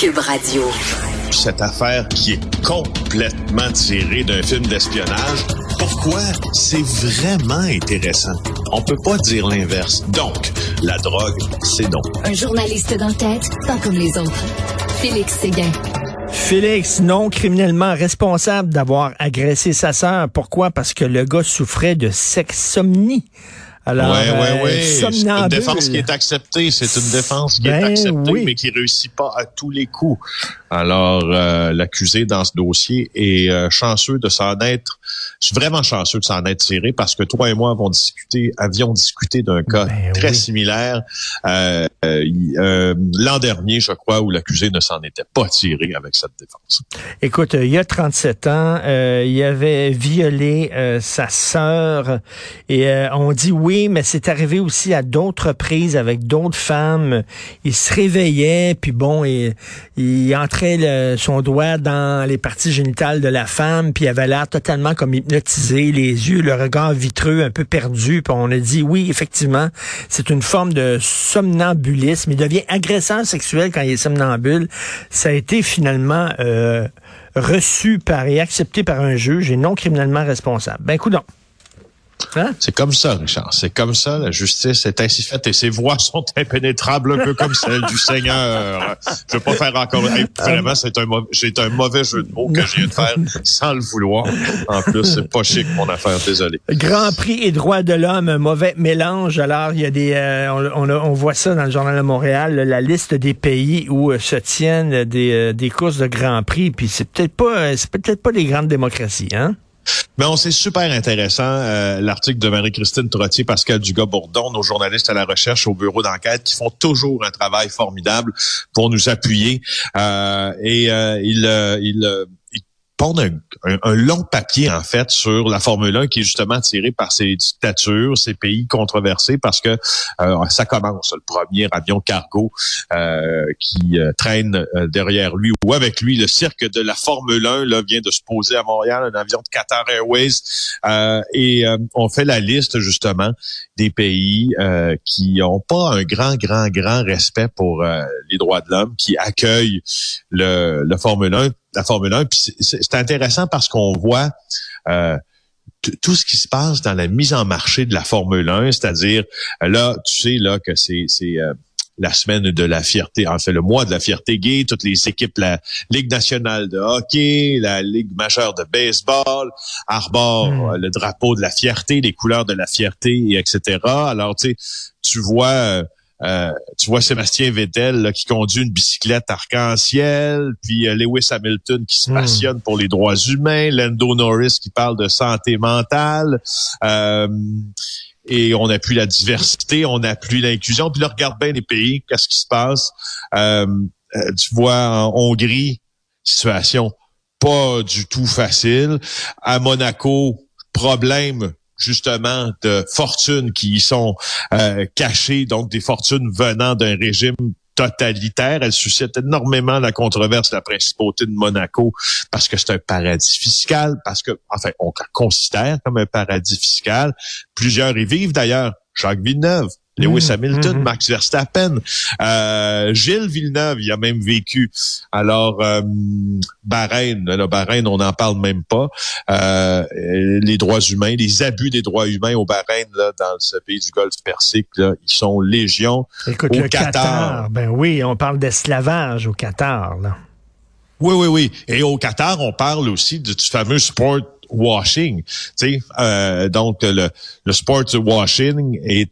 Cube Radio. Cette affaire qui est complètement tirée d'un film d'espionnage. Pourquoi? C'est vraiment intéressant. On peut pas dire l'inverse. Donc, la drogue, c'est donc. Un journaliste d'enquête, pas comme les autres. Félix Séguin. Félix, non criminellement responsable d'avoir agressé sa sœur. Pourquoi? Parce que le gars souffrait de sexsomnie. Alors, oui. C'est une défense qui est acceptée. C'est une défense qui est acceptée, mais qui réussit pas à tous les coups. Alors, l'accusé dans ce dossier est chanceux de s'en être. Je suis vraiment chanceux de s'en être tiré parce que toi et moi avions discuté d'un cas très similaire l'an dernier, je crois, où l'accusé ne s'en était pas tiré avec cette défense. Écoute, il y a 37 ans, il avait violé sa sœur et on dit oui, mais c'est arrivé aussi à d'autres reprises avec d'autres femmes. Il se réveillait, puis bon, il entrait son doigt dans les parties génitales de la femme, puis il avait l'air totalement comme hypnotisé, les yeux, le regard vitreux, un peu perdu. Puis on a dit, oui, effectivement, c'est une forme de somnambulisme. Il devient agresseur sexuel quand il est somnambule. Ça a été finalement reçu et accepté par un juge et non criminellement responsable. Ben, coudonc. Hein? C'est comme ça, Richard. C'est comme ça, la justice est ainsi faite et ses voies sont impénétrables, un peu comme celle du Seigneur. Je veux pas faire encore... Vraiment, c'est un mauvais jeu de mots que je viens de faire sans le vouloir. En plus, c'est pas chic, mon affaire, désolé. Grand Prix et droits de l'homme, un mauvais mélange. Alors, il y a des... on voit ça dans le Journal de Montréal, la liste des pays où se tiennent des courses de Grand Prix, puis c'est peut-être pas des grandes démocraties, hein? Mais c'est super intéressant, l'article de Marie-Christine Trottier, Pascal Dugas-Bourdon, nos journalistes à la recherche au bureau d'enquête qui font toujours un travail formidable pour nous appuyer. Ils pondent un long papier, en fait, sur la Formule 1 qui est justement tirée par ces dictatures, ces pays controversés, parce que ça commence, le premier avion cargo qui traîne derrière lui ou avec lui. Le cirque de la Formule 1 là, vient de se poser à Montréal, un avion de Qatar Airways, et on fait la liste, justement, des pays qui ont pas un grand respect pour les droits de l'homme, qui accueillent le Formule 1. La Formule 1, puis c'est intéressant parce qu'on voit tout ce qui se passe dans la mise en marché de la Formule 1, c'est-à-dire là, tu sais là que c'est la semaine de la fierté, en fait le mois de la fierté gay, toutes les équipes, la Ligue nationale de hockey, la Ligue majeure de baseball, arborent le drapeau de la fierté, les couleurs de la fierté, etc. Alors tu vois Sébastien Vettel là, qui conduit une bicyclette arc-en-ciel, puis Lewis Hamilton qui se passionne pour les droits humains, Lando Norris qui parle de santé mentale, et on appuie la diversité, on appuie l'inclusion, puis là, regarde bien les pays, qu'est-ce qui se passe. Tu vois en Hongrie, situation pas du tout facile. À Monaco, problème justement de fortunes qui y sont cachées, donc des fortunes venant d'un régime totalitaire. Elle suscite énormément la controverse de la principauté de Monaco parce que c'est un paradis fiscal, parce que, enfin, on considère comme un paradis fiscal. Plusieurs y vivent d'ailleurs. Jacques Villeneuve, Lewis Hamilton, Max Verstappen, Gilles Villeneuve, il a même vécu. Alors, Bahreïn, on n'en parle même pas. Les droits humains, les abus des droits humains au Bahreïn, là, dans ce pays du Golfe Persique, là, ils sont légion. Écoute, au Qatar, ben oui, on parle d'esclavage au Qatar, là. Oui. Et au Qatar, on parle aussi du fameux sport washing, tu sais, donc le sport washing est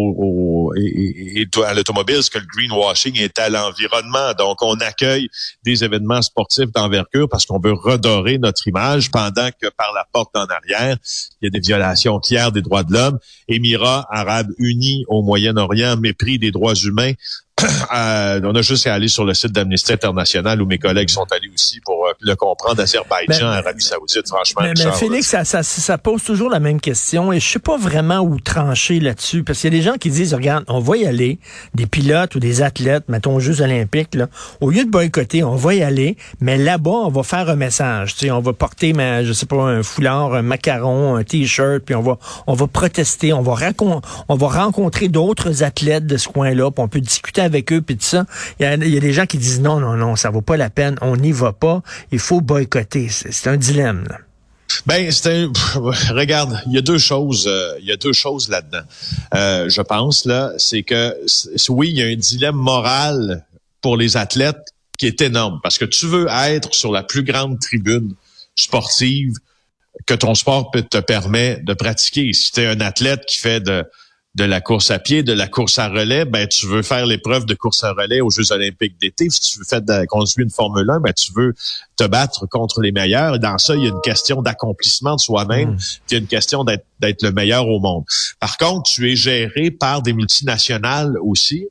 à l'automobile, ce que le greenwashing est à l'environnement. Donc, on accueille des événements sportifs d'envergure parce qu'on veut redorer notre image pendant que par la porte en arrière, il y a des violations claires des droits de l'homme. Émirats arabes unis au Moyen-Orient, mépris des droits humains. On a juste à aller sur le site d'Amnesty International où mes collègues sont allés aussi pour le comprend d'Azerbaïdjan à Arabie Saoudite, franchement. Mais Félix, ça pose toujours la même question et je sais pas vraiment où trancher là-dessus parce qu'il y a des gens qui disent, regarde, on va y aller, des pilotes ou des athlètes, mettons aux Jeux olympiques, là, au lieu de boycotter, on va y aller, mais là-bas, on va faire un message. Tu sais, on va porter, je sais pas, un foulard, un macaron, un T-shirt, puis on va protester, on va rencontrer d'autres athlètes de ce coin-là, puis on peut discuter avec eux, puis tout ça. Il y a des gens qui disent non, ça vaut pas la peine, on n'y va pas, il faut boycotter. C'est un dilemme, là. Ben, regarde, il y a deux choses là-dedans. Je pense là, c'est que oui, il y a un dilemme moral pour les athlètes qui est énorme parce que tu veux être sur la plus grande tribune sportive que ton sport te permet de pratiquer. Si tu es un athlète qui fait de la course à pied, de la course à relais, ben tu veux faire l'épreuve de course à relais aux Jeux olympiques d'été. Si tu veux conduire une Formule 1, ben tu veux te battre contre les meilleurs. Dans ça, il y a une question d'accomplissement de soi-même. Il y a une question d'être le meilleur au monde. Par contre, tu es géré par des multinationales aussi,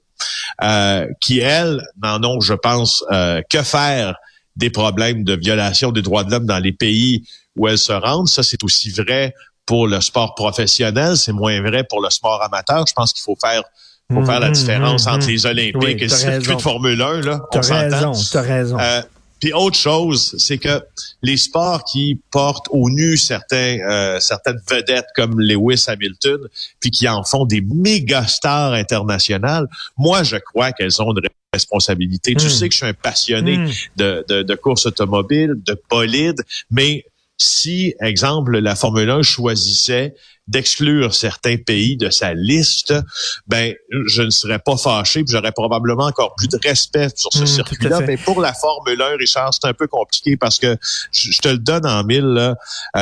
qui, elles, n'en ont, je pense, que faire des problèmes de violation des droits de l'homme dans les pays où elles se rendent. Ça, c'est aussi vrai pour le sport professionnel, c'est moins vrai pour le sport amateur. Je pense qu'il faut faire la différence entre les Olympiques et le circuit de Formule 1. Là, T'as raison. Puis autre chose, c'est que les sports qui portent au nu certaines vedettes comme Lewis Hamilton, puis qui en font des méga stars internationales, moi je crois qu'elles ont une responsabilité. Tu sais que je suis un passionné de course automobile, de bolide, mais si, exemple, la Formule 1 choisissait d'exclure certains pays de sa liste, ben je ne serais pas fâché, puis j'aurais probablement encore plus de respect sur ce circuit-là. Mais pour la Formule 1, Richard, c'est un peu compliqué parce que je te le donne en mille, là,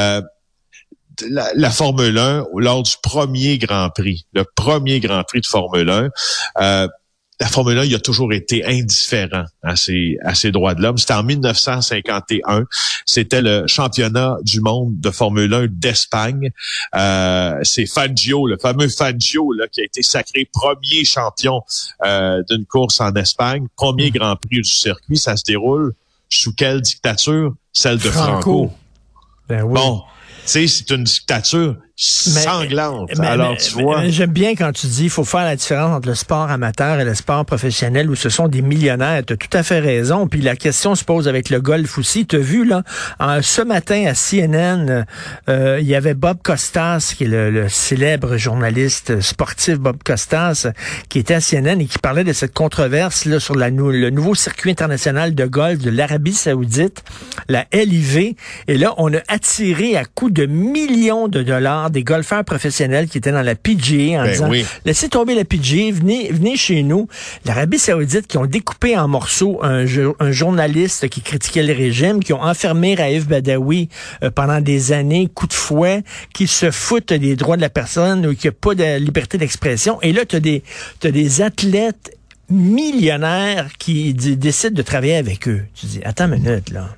la Formule 1, lors du premier Grand Prix, le premier Grand Prix de Formule 1, la Formule 1, il a toujours été indifférent à ces droits de l'homme. C'était en 1951. C'était le championnat du monde de Formule 1 d'Espagne. C'est Fangio, le fameux Fangio, là, qui a été sacré premier champion d'une course en Espagne. Premier Grand Prix du circuit. Ça se déroule sous quelle dictature? Celle de Franco. Ben oui. Bon. Tu sais, c'est une dictature sanglante. Alors, tu vois. J'aime bien quand tu dis qu'il faut faire la différence entre le sport amateur et le sport professionnel où ce sont des millionnaires. Tu as tout à fait raison. Puis la question se pose avec le golf aussi. Tu as vu, là, ce matin à CNN, il y avait Bob Costas, qui est le célèbre journaliste sportif Bob Costas, qui était à CNN et qui parlait de cette controverse là sur le nouveau circuit international de golf de l'Arabie Saoudite, la LIV. Et là, on a attiré à coups de millions de dollars des golfeurs professionnels qui étaient dans la PGA en disant, laissez tomber la PGA, venez chez nous. L'Arabie Saoudite qui ont découpé en morceaux un journaliste qui critiquait le régime, qui ont enfermé Raif Badawi pendant des années, coup de fouet, qui se foutent des droits de la personne ou qui n'a pas de liberté d'expression. Et là, t'as des athlètes millionnaires qui décident de travailler avec eux. Tu dis, attends une minute, là.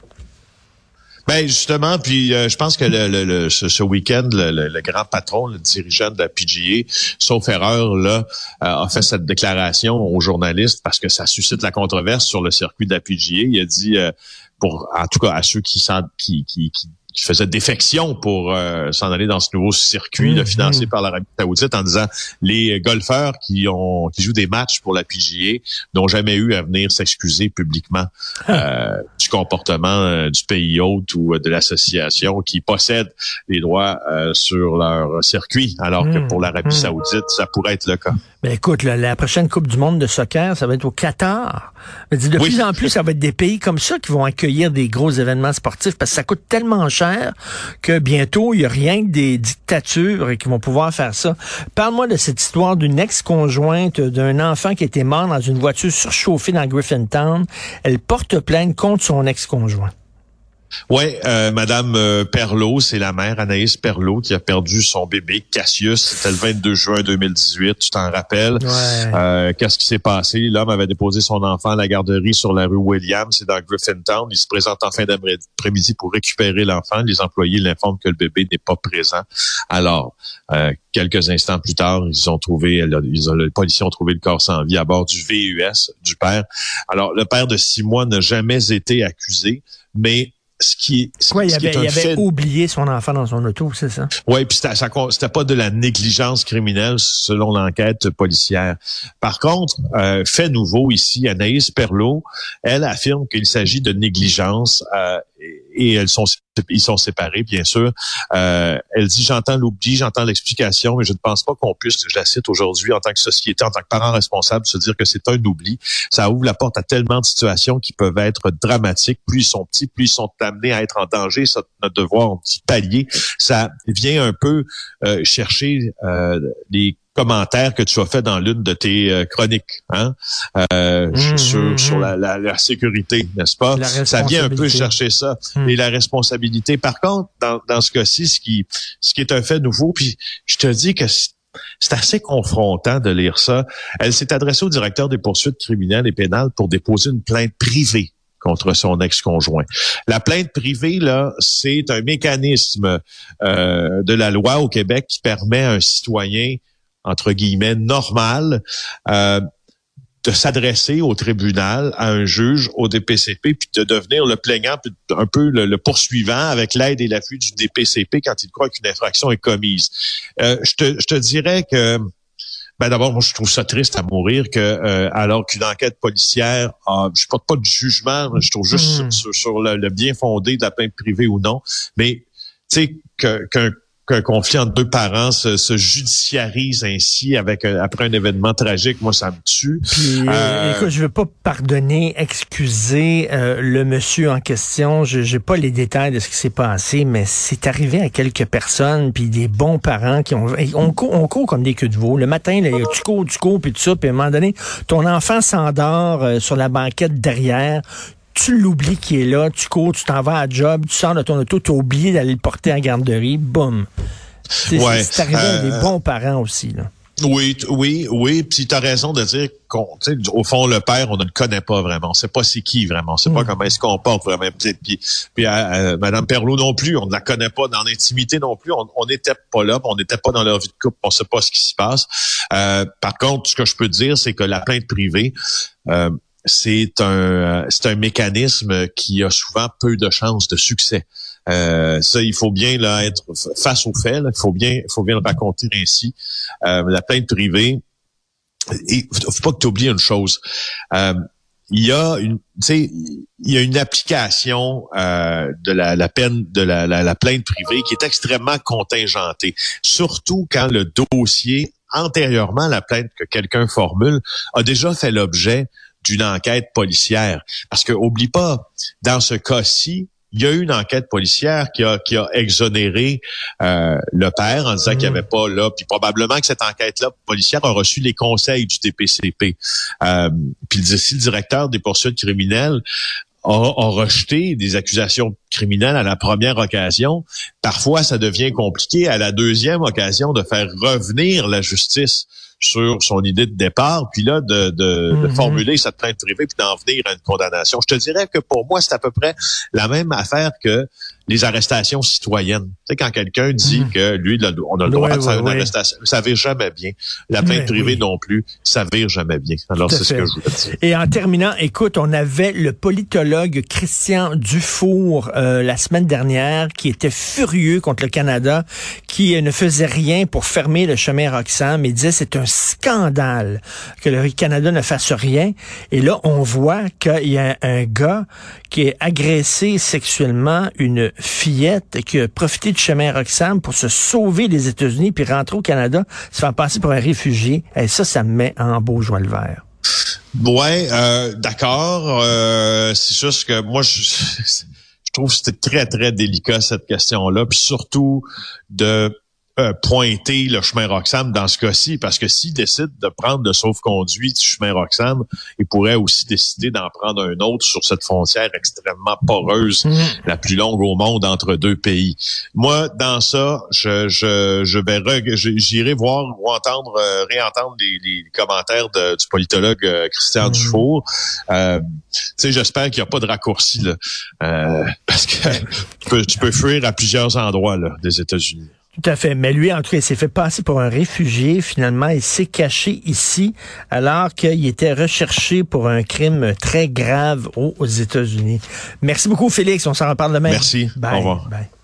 Ben justement, puis je pense que ce week-end, le grand patron, le dirigeant de la PGA, sauf erreur, là, a fait cette déclaration aux journalistes parce que ça suscite la controverse sur le circuit de la PGA. Il a dit, en tout cas à ceux qui faisait défection pour s'en aller dans ce nouveau circuit là, financé par l'Arabie Saoudite en disant les golfeurs qui jouent des matchs pour la PGA n'ont jamais eu à venir s'excuser publiquement du comportement du pays hôte ou de l'association qui possède les droits sur leur circuit, alors que pour l'Arabie Saoudite, ça pourrait être le cas. Ben écoute, la prochaine Coupe du monde de soccer, ça va être au Qatar. De plus en plus, ça va être des pays comme ça qui vont accueillir des gros événements sportifs parce que ça coûte tellement cher que bientôt, il n'y a rien que des dictatures qui vont pouvoir faire ça. Parle-moi de cette histoire d'une ex-conjointe d'un enfant qui était mort dans une voiture surchauffée dans Griffintown. Elle porte plainte contre son ex-conjoint. Oui, Madame Perlot, c'est la mère, Anaïs Perlot, qui a perdu son bébé, Cassius. C'était le 22 juin 2018, tu t'en rappelles. Ouais. Qu'est-ce qui s'est passé? L'homme avait déposé son enfant à la garderie sur la rue Williams, c'est dans Griffintown. Il se présente en fin d'après-midi pour récupérer l'enfant. Les employés l'informent que le bébé n'est pas présent. Alors, quelques instants plus tard, les policiers ont trouvé le corps sans vie à bord du VUS du père. Alors, le père de 6 mois n'a jamais été accusé, mais il avait oublié son enfant dans son auto, c'est ça? Oui, puis c'était pas de la négligence criminelle selon l'enquête policière. Par contre, fait nouveau ici, Anaïs Perlot, elle affirme qu'il s'agit de négligence et ils sont séparés, bien sûr. Elle dit, j'entends l'oubli, j'entends l'explication, mais je ne pense pas qu'on puisse, je la cite aujourd'hui, en tant que société, en tant que parents responsables, se dire que c'est un oubli. Ça ouvre la porte à tellement de situations qui peuvent être dramatiques. Plus ils sont petits, plus ils sont amenés à être en danger. Ça, notre devoir d'y pallier. Ça vient un peu chercher les commentaires que tu as fait dans l'une de tes chroniques, sur la sécurité, n'est-ce pas? Ça vient un peu chercher ça. Et la responsabilité. Par contre, dans ce cas-ci, ce qui est un fait nouveau, puis je te dis que c'est assez confrontant de lire ça. Elle s'est adressée au directeur des poursuites criminelles et pénales pour déposer une plainte privée contre son ex-conjoint. La plainte privée, là, c'est un mécanisme de la loi au Québec qui permet à un citoyen, entre guillemets, normal, de s'adresser au tribunal, à un juge, au DPCP, puis de devenir le plaignant, puis un peu le poursuivant avec l'aide et l'appui du DPCP quand il croit qu'une infraction est commise. Je te dirais que, d'abord, moi, je trouve ça triste à mourir que, alors qu'une enquête policière, je porte pas de jugement, je trouve juste sur le bien fondé de la plainte privée ou non, mais tu sais qu'un conflit entre deux parents se judiciarise ainsi après un événement tragique, moi, ça me tue. Puis, écoute, je veux pas pardonner, excuser le monsieur en question. J'ai pas les détails de ce qui s'est passé, mais c'est arrivé à quelques personnes, puis des bons parents qui on court comme des queues de veau. Le matin, là, tu cours, puis tout ça, puis à un moment donné, ton enfant s'endort sur la banquette derrière. Tu l'oublies qu'il est là, tu cours, tu t'en vas à job, tu sors de ton auto, tu as oublié d'aller le porter en garderie, boum. C'est arrivé à des bons parents aussi, là. Oui, puis tu as raison de dire au fond, le père, on ne le connaît pas vraiment. On sait pas c'est qui vraiment. On sait pas comment il se comporte vraiment. Puis Madame Perlot non plus, on ne la connaît pas dans l'intimité non plus. On n'était pas là, on n'était pas dans leur vie de couple, on sait pas ce qui se passe. Par contre, ce que je peux te dire, c'est que la plainte privée, c'est un mécanisme qui a souvent peu de chances de succès. Ça, il faut bien là être face aux faits. Là. Il faut bien le raconter ainsi. La plainte privée. Et faut pas que tu oublies une chose. Il y a une application de la peine de la plainte privée qui est extrêmement contingentée, surtout quand le dossier antérieurement à la plainte que quelqu'un formule a déjà fait l'objet d'une enquête policière. Parce que, oublie pas, dans ce cas-ci, il y a eu une enquête policière qui a exonéré le père en disant qu'il n'y avait pas là, puis probablement que cette enquête-là policière a reçu les conseils du DPCP. Puis si le directeur des poursuites criminelles a rejeté des accusations criminelles à la première occasion, parfois ça devient compliqué à la deuxième occasion de faire revenir la justice sur son idée de départ, puis là, de formuler cette plainte privée puis d'en venir à une condamnation. Je te dirais que pour moi, c'est à peu près la même affaire que les arrestations citoyennes. Tu sais, quand quelqu'un dit que lui, on a le droit de faire une arrestation, ça vire jamais bien. La plainte privée non plus, ça vire jamais bien. Alors, c'est ce que je voulais dire. Et en terminant, écoute, on avait le politologue Christian Dufour la semaine dernière qui était furieux contre le Canada, qui ne faisait rien pour fermer le chemin Roxham et disait c'est un scandale que le Canada ne fasse rien. Et là, on voit qu'il y a un gars qui a agressé sexuellement une fillette qui a profité du chemin Roxham pour se sauver des États-Unis puis rentrer au Canada, se faire passer pour un réfugié. Et ça me met en beau joie le vert. Ouais, d'accord. C'est juste que moi, je trouve que c'était très, très délicat cette question-là. Puis surtout de pointer le chemin Roxham dans ce cas-ci, parce que s'il décide de prendre le sauf-conduit du chemin Roxham, il pourrait aussi décider d'en prendre un autre sur cette frontière extrêmement poreuse, la plus longue au monde entre deux pays. Moi, dans ça, j'irai voir ou réentendre les commentaires du politologue Christian Dufour. Tu sais, j'espère qu'il n'y a pas de raccourci là, parce que tu peux fuir à plusieurs endroits là des États-Unis. Tout à fait. Mais lui, en tout cas, il s'est fait passer pour un réfugié. Finalement, il s'est caché ici alors qu'il était recherché pour un crime très grave aux États-Unis. Merci beaucoup, Félix. On s'en reparle demain. Merci. Bye. Au revoir. Bye.